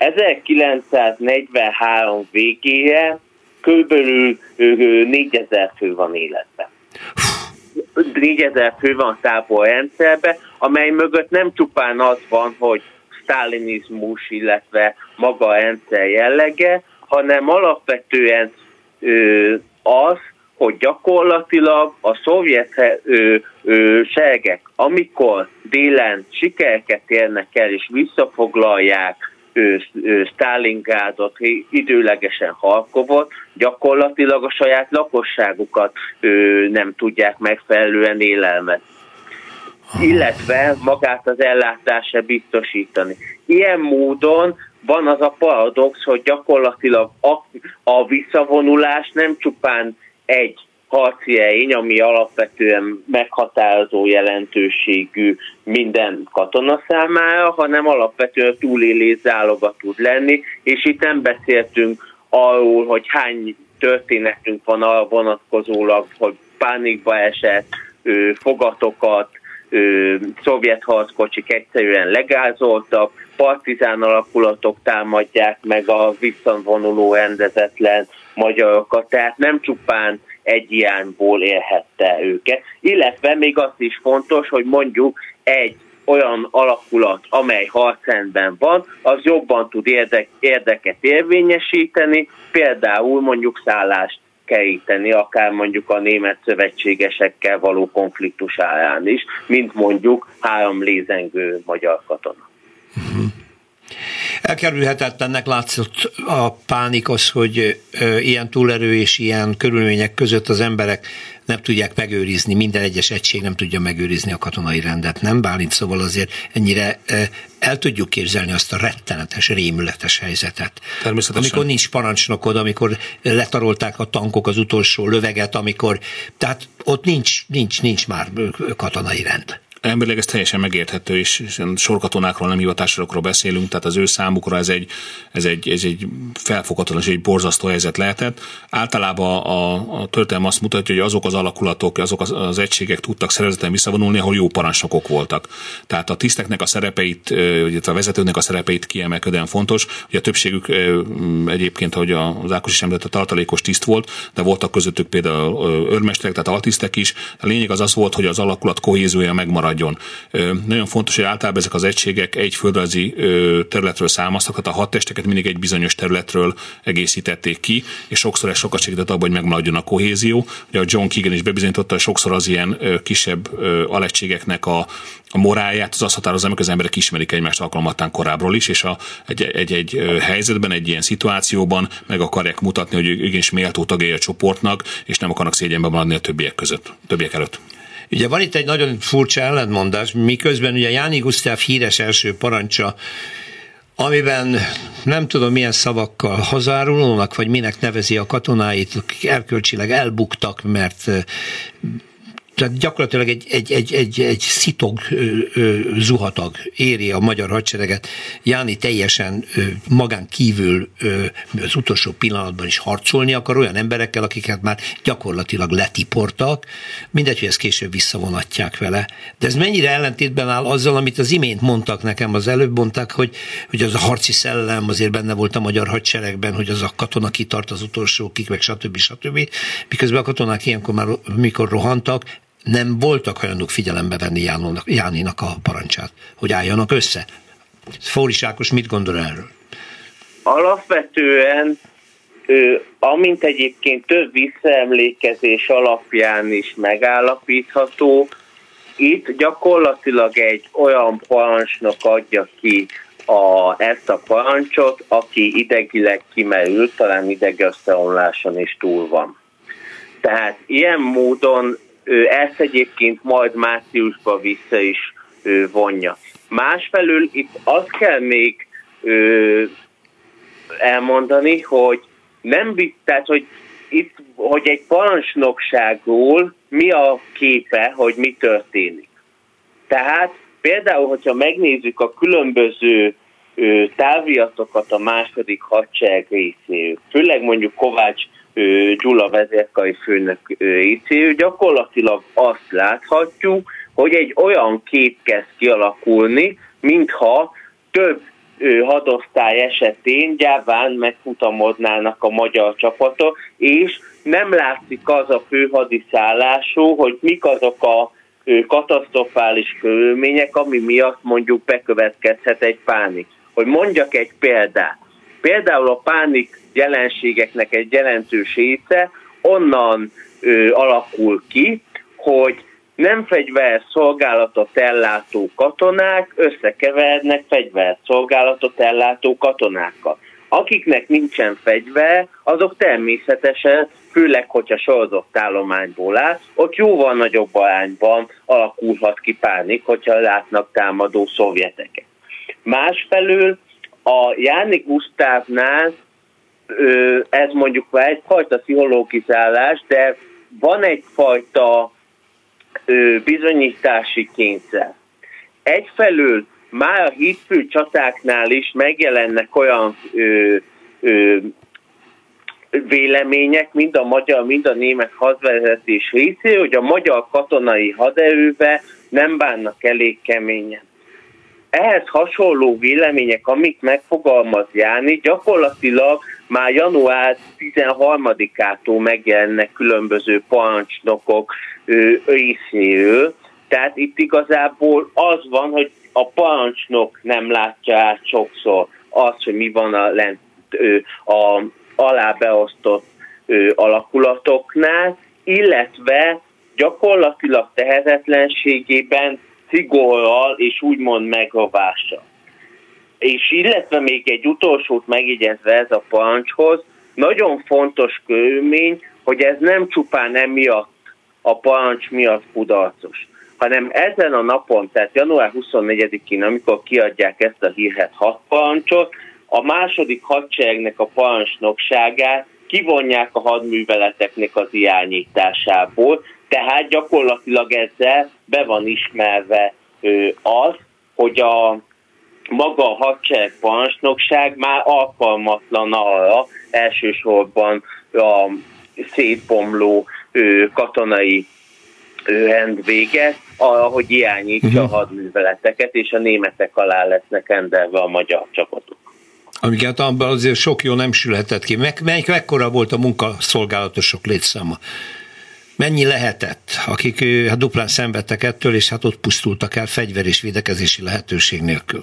C: 1943 végére körülbelül 4000 fő van életben. 4000 fő van táborrendszerben, amely mögött nem csupán az van, hogy sztálinizmus, illetve maga a rendszer jellege, hanem alapvetően az, hogy gyakorlatilag a szovjet seregek, amikor délen sikereket érnek el és visszafoglalják Sztálingrádot, időlegesen Harkovot, gyakorlatilag a saját lakosságukat nem tudják megfelelően élelmezni, illetve magát az ellátásra biztosítani. Ilyen módon van az a paradox, hogy gyakorlatilag a visszavonulás nem csupán egy harci erény, ami alapvetően meghatározó jelentőségű minden katona számára, hanem alapvetően túlélés záloga tud lenni, és itt nem beszéltünk arról, hogy hány történetünk van arra vonatkozólag, hogy pánikba esett fogatokat, szovjet harckocsik egyszerűen legázoltak, partizán alakulatok támadják meg a visszavonuló rendezetlen magyarokat, tehát nem csupán egy irányból élhette őket. Illetve még azt is fontos, hogy mondjuk egy olyan alakulat, amely harcrendben van, az jobban tud érdeket érvényesíteni, például mondjuk szállást keríteni, akár mondjuk a német szövetségesekkel való konfliktus árán is, mint mondjuk 3 lézengő magyar katona.
E: Elkerülhetetlennek látszott a pánik az, hogy ilyen túlerő és ilyen körülmények között az emberek nem tudják megőrizni, minden egyes egység nem tudja megőrizni a katonai rendet, nem Bálint? Szóval azért ennyire el tudjuk képzelni azt a rettenetes, rémületes helyzetet.
D: Természetesen.
E: Amikor nincs parancsnokod, amikor letarolták a tankok az utolsó löveget, tehát ott nincs már katonai rend.
D: Emberileg ez teljesen megérthető, és sorkatonákról, nem hivatásokról beszélünk, tehát az ő számukra ez egy felfoghatatlan és egy borzasztó helyzet lehetett. Általában a történelem azt mutatja, hogy azok az alakulatok, azok az egységek tudtak szervezeten visszavonulni, ahol jó parancsnokok voltak. Tehát a tiszteknek a szerepeit, illetve a vezetőknek a szerepeit kiemelkedően fontos. Ugye a többségük egyébként, ahogy az Ákos is említett, tartalékos tiszt volt, de voltak közöttük például őrmesterek, tehát altisztek is. A lényeg az volt, hogy az alakulat kohéziója megmaradjon. Nagyon fontos, hogy általában ezek az egységek egy földrajzi területről származtak, tehát a hadtesteket mindig egy bizonyos területről egészítették ki, és sokszor ez sokat segített abban, hogy megmaradjon a kohézió. Ugye a John Keegan is bebizonyította, hogy sokszor az ilyen kisebb alegységeknek a morálját az azt határozza, amikor az emberek ismerik egymást alkalmattán korábbról is, és egy helyzetben, egy ilyen szituációban meg akarják mutatni, hogy igenis méltó tagjai a csoportnak, és nem akarnak szégyenbe maradni a többiek előtt.
E: Ugye van itt egy nagyon furcsa ellentmondás, miközben ugye Jáni Gusztáv híres első parancsa, amiben nem tudom milyen szavakkal hazárulónak, vagy minek nevezi a katonáit, akik erkölcsileg elbuktak, mert tehát gyakorlatilag egy szitog zuhatag éri a magyar hadsereget. Jáni teljesen magán kívül az utolsó pillanatban is harcolni akar olyan emberekkel, akiket már gyakorlatilag letiportak, mindegy, hogy ezt később visszavonatják vele. De ez mennyire ellentétben áll azzal, amit az imént mondtak nekem, az előbb mondták, hogy az a harci szellem azért benne volt a magyar hadseregben, hogy az a katona kitart az utolsókig, meg stb. Miközben a katonák ilyenkor már, mikor rohantak, nem voltak hajlandók figyelembe venni Jáninak a parancsát, hogy álljanak össze. Fóris Ákos mit gondol erről?
C: Alapvetően, amint egyébként több visszaemlékezés alapján is megállapítható, itt gyakorlatilag egy olyan parancsnok adja ki ezt a parancsot, aki idegileg kimerült, talán idegösszeomláson is túl van. Tehát ilyen módon ezt egyébként majd márciusban vissza is vonja. Másfelől itt azt kell még elmondani, hogy tehát, hogy itt, hogy egy parancsnokságról mi a képe, hogy mi történik. Tehát például, hogyha megnézzük a különböző táviratokat a második hadsereg részéről, főleg mondjuk Kovács Gyula vezérkari főnök részéről, gyakorlatilag azt láthatjuk, hogy egy olyan kép kezd kialakulni, mintha több hadosztály esetén gyáván megfutamodnának a magyar csapatok, és nem látszik az a főhadiszállású, hogy mik azok a katasztrofális körülmények, ami miatt mondjuk bekövetkezhet egy pánik. Hogy mondjak egy példát. Például a pánik jelenségeknek egy jelentős része onnan alakul ki, hogy nem fegyverszolgálatot ellátó katonák összekeverednek fegyverszolgálatot ellátó katonákkal. Akiknek nincsen fegyver, azok természetesen, főleg, hogyha sorozott állományból áll, ott jóval nagyobb arányban alakulhat ki pánik, hogyha látnak támadó szovjeteket. Másfelől a Jáni Gusztávnál ez mondjuk már egyfajta pszichológizálás, de van egyfajta bizonyítási kényszer. Egyfelől már a hídfő csatáknál is megjelennek olyan vélemények, mind a magyar, mind a német hadvezetés részéről, hogy a magyar katonai haderőbe nem bánnak elég keményen. Ehhez hasonló vélemények, amit megfogalmaz Jáni, gyakorlatilag már január 13-ától megjelennek különböző parancsnokok részéről. Tehát itt igazából az van, hogy a parancsnok nem látja át sokszor azt, hogy mi van a alábeosztott alakulatoknál, illetve gyakorlatilag tehetetlenségében szigorral és úgymond megrovással. És illetve még egy utolsót megjegyezve ez a parancshoz, nagyon fontos körülmény, hogy ez nem csupán emiatt a parancs miatt kudarcos, hanem ezen a napon, tehát január 24-én, amikor kiadják ezt a hírhet hadparancsot, a második hadseregnek a parancsnokságát kivonják a hadműveleteknek az irányításából, tehát gyakorlatilag ezzel be van ismerve az, hogy maga a hadsereg parancsnokság már alkalmatlan arra, elsősorban a szétbomló katonai rend vége, arra, hogy irányítsa a hadműveleteket, és a németek alá lesznek rendelve a magyar csapatok.
E: Amiket abban azért sok jó nem sülhetett ki. Mekkora volt a munkaszolgálatosok létszáma? Mennyi lehetett, akik duplán szenvedtek ettől, és ott pusztultak el fegyver és védekezési lehetőség nélkül?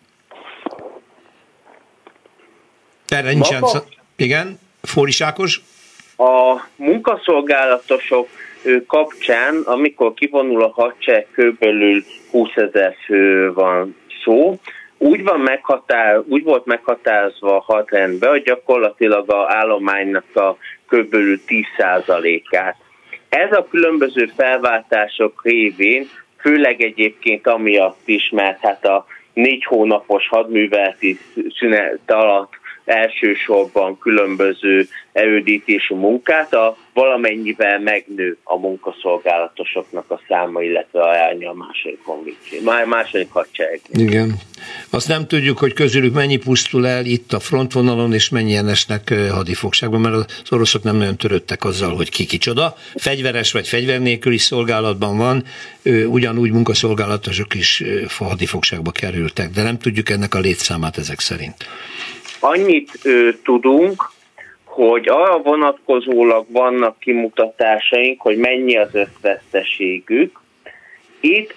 E: Erre nincsen... Igen? Fóris Ákos?
C: A munkaszolgálatosok kapcsán, amikor kivonul a hadsereg, körülbelül 20 000 fő van szó, úgy volt meghatározva a hadrendben, hogy gyakorlatilag az állománynak a körülbelül 10%-át. Ez a különböző felváltások révén, főleg egyébként amiatt is, mert hát a 4 hónapos hadműveleti szünet alatt elsősorban különböző erődítési munkát, valamennyivel megnő a munkaszolgálatosoknak a száma, illetve aránya a második hadseregnek.
E: Igen. Azt nem tudjuk, hogy közülük mennyi pusztul el itt a frontvonalon, és mennyien esnek hadifogságban, mert az oroszok nem nagyon törődtek azzal, hogy ki kicsoda. Fegyveres vagy fegyver nélküli szolgálatban van, ugyanúgy munkaszolgálatosok is hadifogságba kerültek, de nem tudjuk ennek a létszámát ezek szerint.
C: Annyit tudunk, hogy arra vonatkozólag vannak kimutatásaink, hogy mennyi az összveszteségük. Itt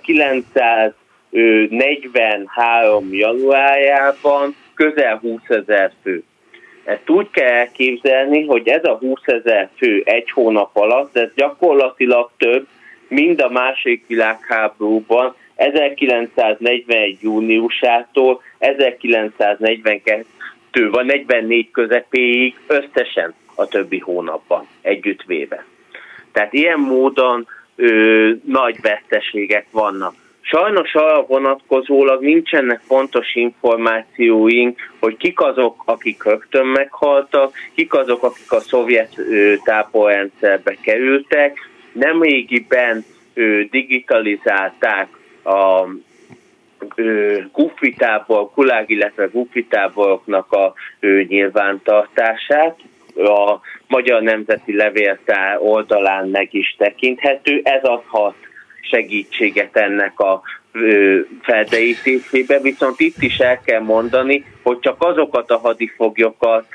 C: 1943. januárjában közel 20 000 fő. Ezt úgy kell elképzelni, hogy ez a 20 000 fő egy hónap alatt, ez gyakorlatilag több, mind a második világháborúban 1941. júniusától 1942 vagy 44 közepéig összesen a többi hónapban együttvéve. Tehát ilyen módon nagy veszteségek vannak. Sajnos arra vonatkozólag nincsenek pontos információink, hogy kik azok, akik rögtön meghaltak, kik azok, akik a szovjet táborrendszerbe kerültek. Nemrégiben digitalizálták a Guffi-tábor, Gulag, illetve Guffi-táboroknak a nyilvántartását. A Magyar Nemzeti Levéltár oldalán meg is tekinthető. Ez adhat segítséget ennek a felderítésébe, viszont itt is el kell mondani, hogy csak azokat a hadifoglyokat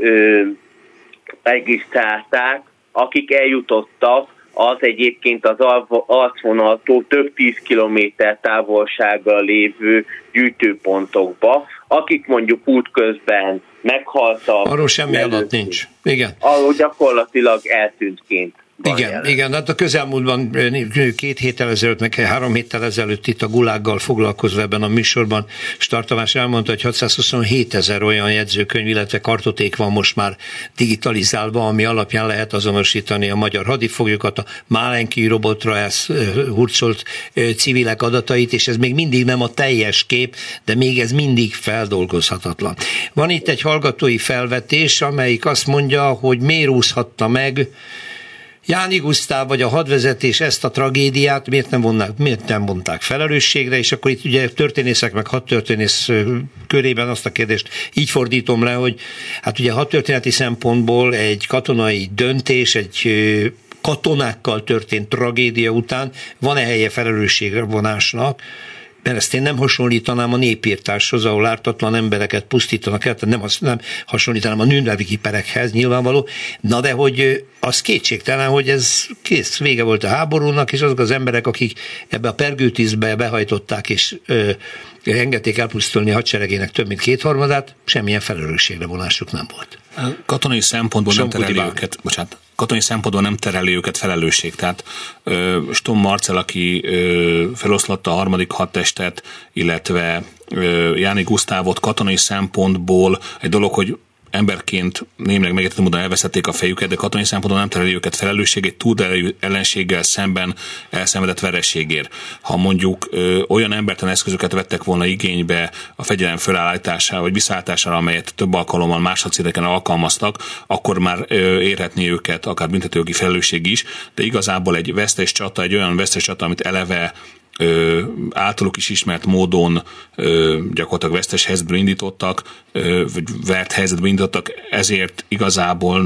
C: regisztrálták, akik eljutottak az egyébként az arcvonaltól több 10 kilométer távolsággal lévő gyűjtőpontokba, akik mondjuk útközben meghaltak.
E: Arról semmi adat nincs. Igen.
C: Arról gyakorlatilag eltűntként.
E: Igen, hát a közelmúltban 2 héttel ezelőtt, meg 3 héttel ezelőtt itt a Gulaggal foglalkozva ebben a műsorban Startamás elmondta, hogy 627 000 olyan jegyzőkönyv, illetve kartoték van most már digitalizálva, ami alapján lehet azonosítani a magyar hadifoglyokat, a Málenki robotra hurcolt civilek adatait, és ez még mindig nem a teljes kép, de még ez mindig feldolgozhatatlan. Van itt egy hallgatói felvetés, amelyik azt mondja, hogy miért úszhatta meg Jáni Gusztáv vagy a hadvezetés ezt a tragédiát, miért nem vonták felelősségre, és akkor itt ugye történészek meg hadtörténész körében azt a kérdést így fordítom le, hogy hát ugye hadtörténeti szempontból egy katonai döntés, egy katonákkal történt tragédia után van-e helye felelősségre vonásnak, mert ezt én nem hasonlítanám a népírtáshoz, ahol ártatlan embereket pusztítanak el, nem hasonlítanám a nürnbergi perekhez, nyilvánvaló, na de hogy az kétségtelen, hogy ez kész, vége volt a háborúnak, és azok az emberek, akik ebbe a pergőtűzbe behajtották, és engedték elpusztulni a hadseregének több mint 2/3, semmilyen felelősségre vonásuk nem volt.
D: Katonai szempontból nem tereli őket felelősség. Tehát Stom Marcell, aki feloszlatta a 3. hadtestet, illetve Jáni Gusztávot katonai szempontból egy dolog, hogy emberként némileg megértető módon elvesztették a fejüket, de katonai szempontból nem tereli őket felelősség egy túlerejű ellenséggel szemben elszenvedett vereségért. Ha mondjuk olyan embertelen eszközöket vettek volna igénybe a fegyelem fölállítására vagy visszaállítására, amelyet több alkalommal más hadszíneken alkalmaztak, akkor már érhetné őket akár büntetőjogi felelősség is, de igazából egy vesztes csata, egy olyan vesztes csata, amit eleve általuk is ismert módon gyakorlatilag vesztes helyzetből indítottak, vagy vert helyzetből indítottak, ezért igazából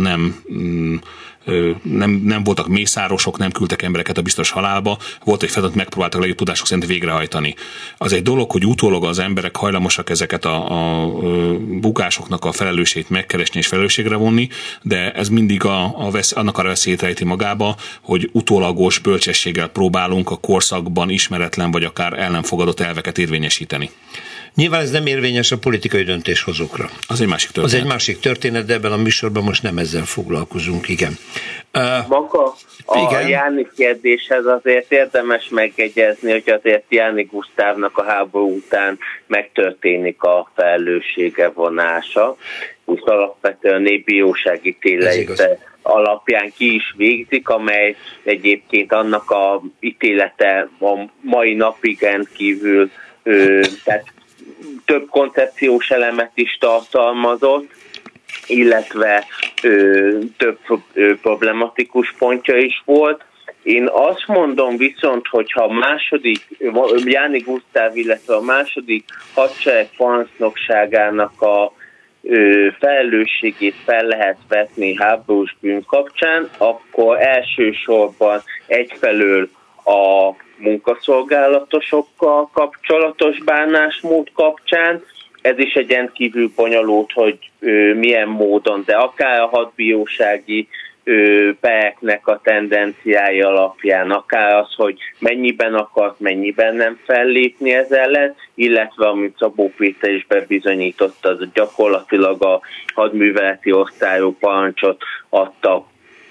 D: nem voltak mészárosok, nem küldtek embereket a biztos halálba, volt egy feladat, megpróbáltak legjobb tudások szerint végrehajtani. Az egy dolog, hogy utólag az emberek hajlamosak ezeket a bukásoknak a felelősségét megkeresni és felelősségre vonni, de ez mindig annak a veszélyt rejti magába, hogy utólagos bölcsességgel próbálunk a korszakban ismeretlen vagy akár el nem fogadott elveket érvényesíteni.
E: Nyilván ez nem érvényes a politikai döntéshozókra. Az egy másik történet, de ebben a műsorban most nem ezzel foglalkozunk, igen.
C: Maga a Jáni kérdéshez azért érdemes megjegyezni, hogy azért Jáni Gusztávnak a háború után megtörténik a felelőssége vonása, úgy alapvetően népbírósági ítélete alapján ki is végzik, amely egyébként annak a ítélete a mai napig rendkívül tehát több koncepciós elemet is tartalmazott, illetve több problematikus pontja is volt. Én azt mondom viszont, hogyha a második, Jáni Gusztáv, illetve a második hadsereg parancsnokságának a felelősségét fel lehet vetni háborús bűn kapcsán, akkor elsősorban egyfelől a munkaszolgálatosokkal kapcsolatos bánásmód kapcsán. Ez is egy rendkívül bonyolult, hogy milyen módon, de akár a hadbírósági pereknek a tendenciái alapján, akár az, hogy mennyiben akart, mennyiben nem fellépni ez ellen, illetve amit Szabó Péter is bebizonyította, az gyakorlatilag a hadműveleti osztályok parancsot adta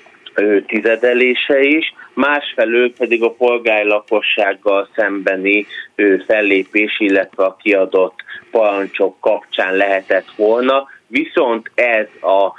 C: tizedelése is, másfelől pedig a polgári lakossággal szembeni fellépés, illetve a kiadott parancsok kapcsán lehetett volna, viszont ez a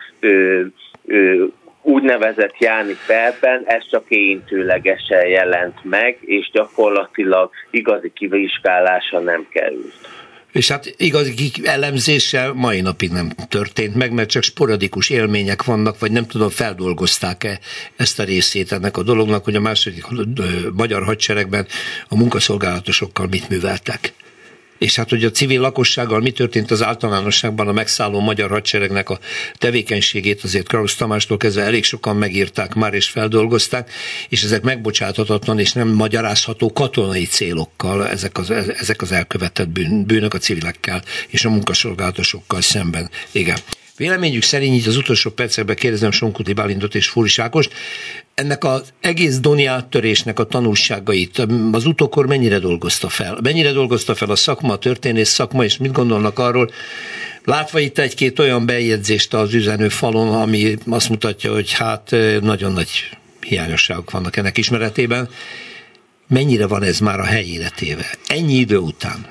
C: úgynevezett Jáni perben ez csak érintőlegesen jelent meg, és gyakorlatilag igazi kivizsgálása nem került.
E: És hát igazi elemzéssel mai napig nem történt meg, mert csak sporadikus élmények vannak, vagy nem tudom, feldolgozták-e ezt a részét ennek a dolognak, hogy a második magyar hadseregben a munkaszolgálatosokkal mit műveltek. És hát, hogy a civil lakossággal mi történt az általánosságban a megszálló magyar hadseregnek a tevékenységét, azért Krausz Tamástól kezdve elég sokan megírták már és feldolgozták, és ezek megbocsáthatatlan és nem magyarázható katonai célokkal ezek az elkövetett bűnök a civilekkel és a munkaszolgálatosokkal szemben. Igen. Véleményük szerint így az utolsó percekben kérdezem Sonkuti Bálintot és Fóris Ákost, ennek az egész Doni áttörésnek a tanulságait az utókor mennyire dolgozta fel? Mennyire dolgozta fel a szakma, a történész szakma, és mit gondolnak arról, látva itt egy-két olyan bejegyzést az üzenőfalon, ami azt mutatja, hogy hát nagyon nagy hiányosságok vannak ennek ismeretében. Mennyire van ez már a helyére téve? Ennyi idő után?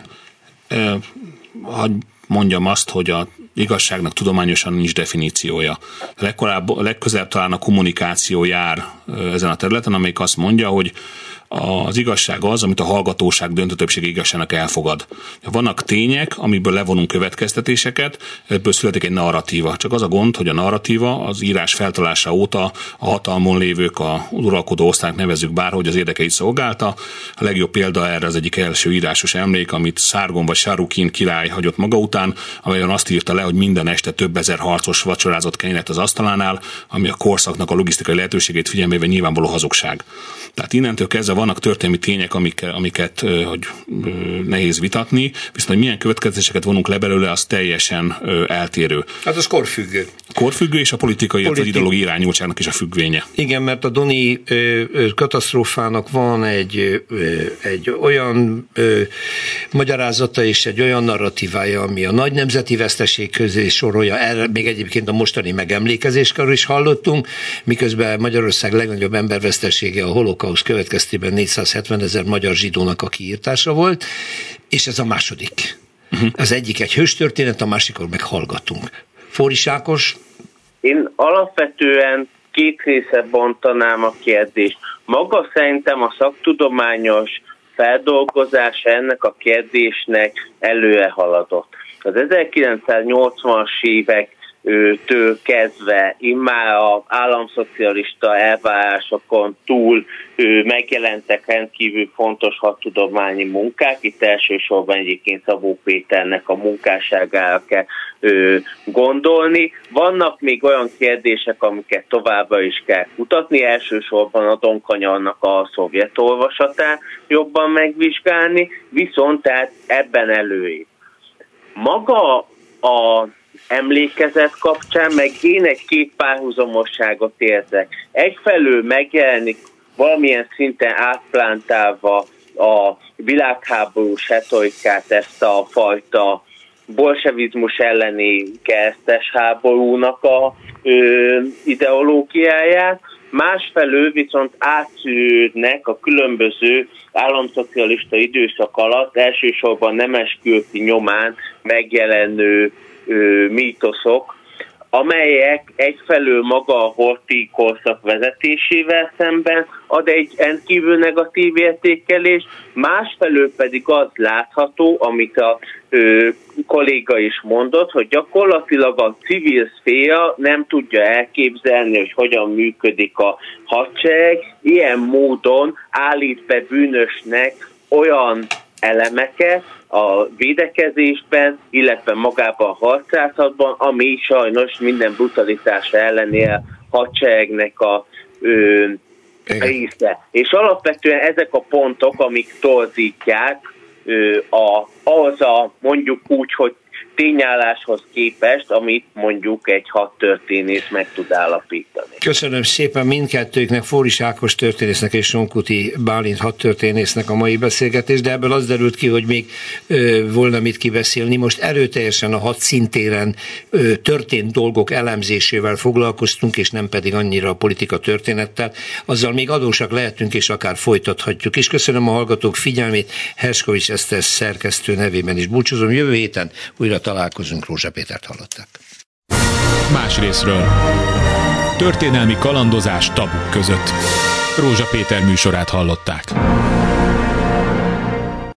D: Hadd mondjam azt, hogy a igazságnak tudományosan nincs definíciója. Legközelebb talán a kommunikáció jár ezen a területen, amelyik azt mondja, hogy az igazság az, amit a hallgatóság döntő többsége igazságnak elfogad. Vannak tények, amiből levonunk következtetéseket, ebből születik egy narratíva. Csak az a gond, hogy a narratíva az írás feltalása óta a hatalmon lévők, a uralkodó osztályok, nevezzük bárhogy, az érdekeit szolgálta. A legjobb példa erre az egyik első írásos emlék, amit Szárgon vagy Sarukin király hagyott maga után, amelyen azt írta le, hogy minden este több ezer harcos vacsorázott kenyeret az asztalánál, ami a korszaknak a logisztikai lehetőségét figyelembe nyilvánvaló hazugság. Tehát innentől kezdve vannak történelmi tények, amiket hogy nehéz vitatni, viszont hogy milyen következtetéseket vonunk le belőle, az teljesen eltérő.
E: Hát az korfüggő.
D: Korfüggő, és a politikai vagy ideológiai irányultságnak is a függvénye.
E: Igen, mert a Doni katasztrófának van egy olyan magyarázata és egy olyan narratívája, ami a nagy nemzeti veszteség közé sorolja, erre még egyébként a mostani megemlékezéskor is hallottunk, miközben Magyarország legnagyobb embervesztesége a holokauszt következtében 470 000 magyar zsidónak a kiírtása volt, és ez a második. Az egyik egy hőstörténet, a másikon meg hallgatunk. Fóris Ákos?
C: Én alapvetően két része bontanám a kérdést. Maga szerintem a szaktudományos feldolgozása ennek a kérdésnek előre haladott. Az 1980-as évek től kezdve immár az államszocialista elvárásokon túl megjelentek rendkívül fontos hadtudományi munkák. Itt elsősorban egyébként Szabó Péternek a munkásságára kell gondolni. Vannak még olyan kérdések, amiket továbbra is kell kutatni, elsősorban a Donkanyarnak a szovjet olvasatát jobban megvizsgálni, viszont tehát ebben előbb. Maga a emlékezet kapcsán, meg én egy-két párhuzamosságot érzek. Egyfelől megjelenik valamilyen szinten átplántálva a világháborús retorikát, ezt a fajta bolsevizmus elleni keresztes háborúnak a ideológiáját, másfelől viszont átszűrődnek a különböző államszocialista időszak alatt elsősorban Nemeskürti nyomán megjelenő mítoszok, amelyek egyfelől maga a horthy korszak vezetésével szemben ad egy rendkívül negatív értékelés, másfelől pedig az látható, amit a kolléga is mondott, hogy gyakorlatilag a civil szféra nem tudja elképzelni, hogy hogyan működik a hadsereg, ilyen módon állít be bűnösnek olyan elemeket a védekezésben, illetve magában a harcászatban, ami sajnos minden brutalitása ellenére hadseregnek a része. És alapvetően ezek a pontok, amik torzítják az a mondjuk úgy, hogy tényálláshoz képest, amit mondjuk egy hadtörténész meg tud állapítani.
E: Köszönöm szépen mindkettőknek, Fóris Ákos történésznek és Sonkuti Bálint hadtörténésznek a mai beszélgetést, de ebből az derült ki, hogy még volna mit kibeszélni. Most erőteljesen a hadszintéren történt dolgok elemzésével foglalkoztunk, és nem pedig annyira a politika történettel. Azzal még adósak lehetünk, és akár folytathatjuk. És köszönöm a hallgatók figyelmét, Herskovics Eszter szerkesztő nevében is búcsúzom. Jövő héten újra találkozunk, Rózsa Pétert hallották.
A: Más részről. Történelmi kalandozás tabuk között. Rózsa Péter műsorát hallották.